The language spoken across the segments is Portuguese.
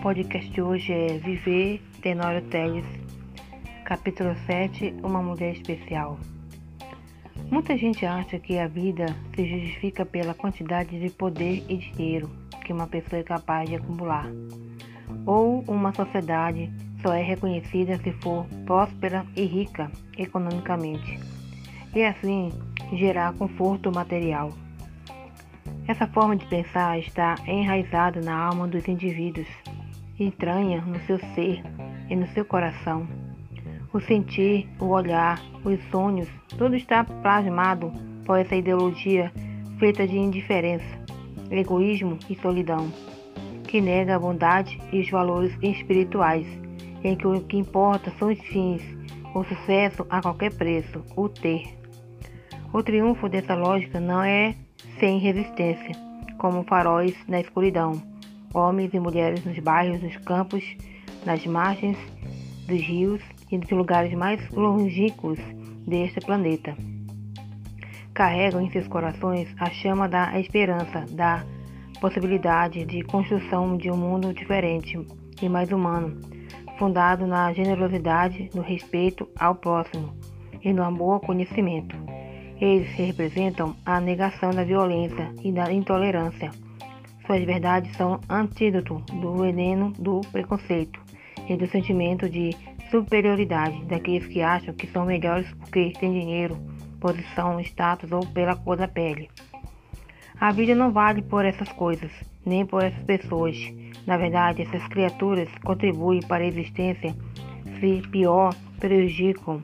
podcast de hoje é Viver, Tenório Teles, capítulo 7, Uma Mulher Especial. Muita gente acha que a vida se justifica pela quantidade de poder e dinheiro que uma pessoa é capaz de acumular, ou uma sociedade só é reconhecida se for próspera e rica economicamente, e assim gerar conforto material. Essa forma de pensar está enraizada na alma dos indivíduos, entranha no seu ser e no seu coração. O sentir, o olhar, os sonhos, tudo está plasmado por essa ideologia feita de indiferença, egoísmo e solidão, que nega a bondade e os valores espirituais, em que o que importa são os fins, o sucesso a qualquer preço, o ter. O triunfo dessa lógica não é sem resistência, como faróis na escuridão, homens e mulheres nos bairros, nos campos, nas margens dos rios e nos lugares mais longínquos deste planeta. Carregam em seus corações a chama da esperança, da possibilidade de construção de um mundo diferente e mais humano, fundado na generosidade, no respeito ao próximo e no amor ao conhecimento. Eles representam a negação da violência e da intolerância. Suas verdades são antídoto do veneno do preconceito e do sentimento de superioridade daqueles que acham que são melhores porque têm dinheiro, posição, status ou pela cor da pele. A vida não vale por essas coisas, nem por essas pessoas. Na verdade, essas criaturas contribuem para a existência, se pior, prejudicam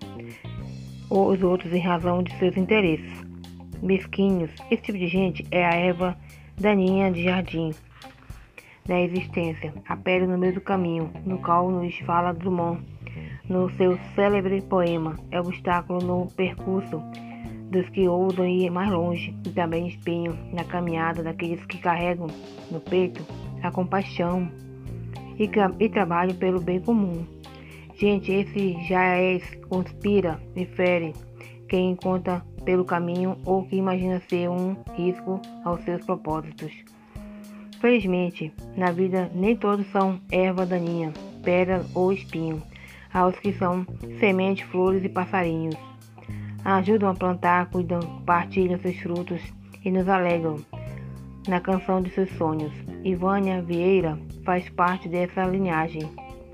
os outros em razão de seus interesses mesquinhos. Esse tipo de gente é a erva daninha de jardim da existência, a pele no meio do caminho, no qual nos fala Drummond no seu célebre poema. É o obstáculo no percurso dos que ousam ir mais longe e também espinho na caminhada daqueles que carregam no peito a compaixão e trabalham pelo bem comum. Gente, esse já conspira e fere quem encontra pelo caminho ou que imagina ser um risco aos seus propósitos. Felizmente, na vida nem todos são erva daninha, pedra ou espinho. Há os que são sementes, flores e passarinhos. Ajudam a plantar, cuidam, partilham seus frutos e nos alegram na canção de seus sonhos. Ivânia Vieira faz parte dessa linhagem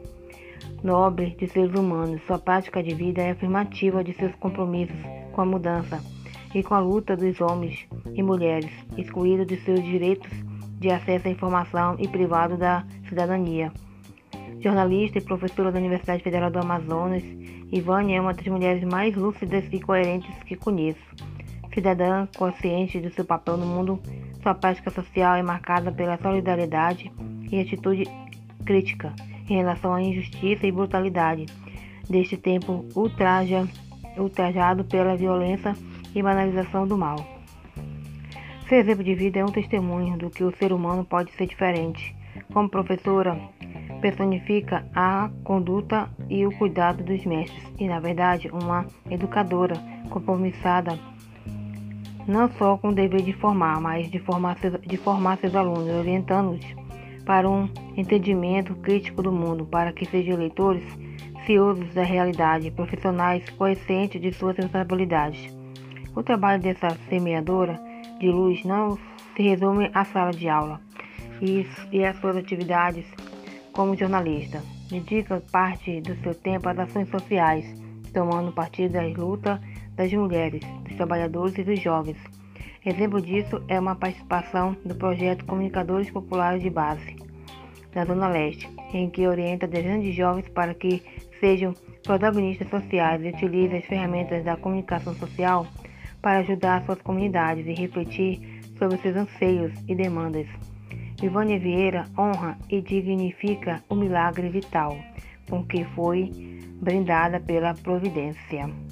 nobre de seres humanos. Sua prática de vida é afirmativa de seus compromissos com a mudança e com a luta dos homens e mulheres, excluídos de seus direitos de acesso à informação e privado da cidadania. Jornalista e professora da Universidade Federal do Amazonas, Ivânia é uma das mulheres mais lúcidas e coerentes que conheço. Cidadã consciente do seu papel no mundo, sua prática social é marcada pela solidariedade e atitude crítica em relação à injustiça e brutalidade deste tempo ultrajado pela violência e banalização do mal. Seu exemplo de vida é um testemunho do que o ser humano pode ser diferente. Como professora, personifica a conduta e o cuidado dos mestres e, na verdade, uma educadora compromissada não só com o dever de formar, mas de formar seus alunos, orientando-os para um entendimento crítico do mundo, para que sejam leitores ciosos da realidade, profissionais conscientes de suas responsabilidades. O trabalho dessa semeadora de luz não se resume à sala de aula e às suas atividades como jornalista. Dedica parte do seu tempo às ações sociais, tomando partido das lutas das mulheres, dos trabalhadores e dos jovens. Exemplo disso é uma participação do projeto Comunicadores Populares de Base, da Zona Leste, em que orienta dezenas de jovens para que sejam protagonistas sociais e utilizem as ferramentas da comunicação social para ajudar suas comunidades e refletir sobre seus anseios e demandas. Ivânia Vieira honra e dignifica o milagre vital com que foi brindada pela providência.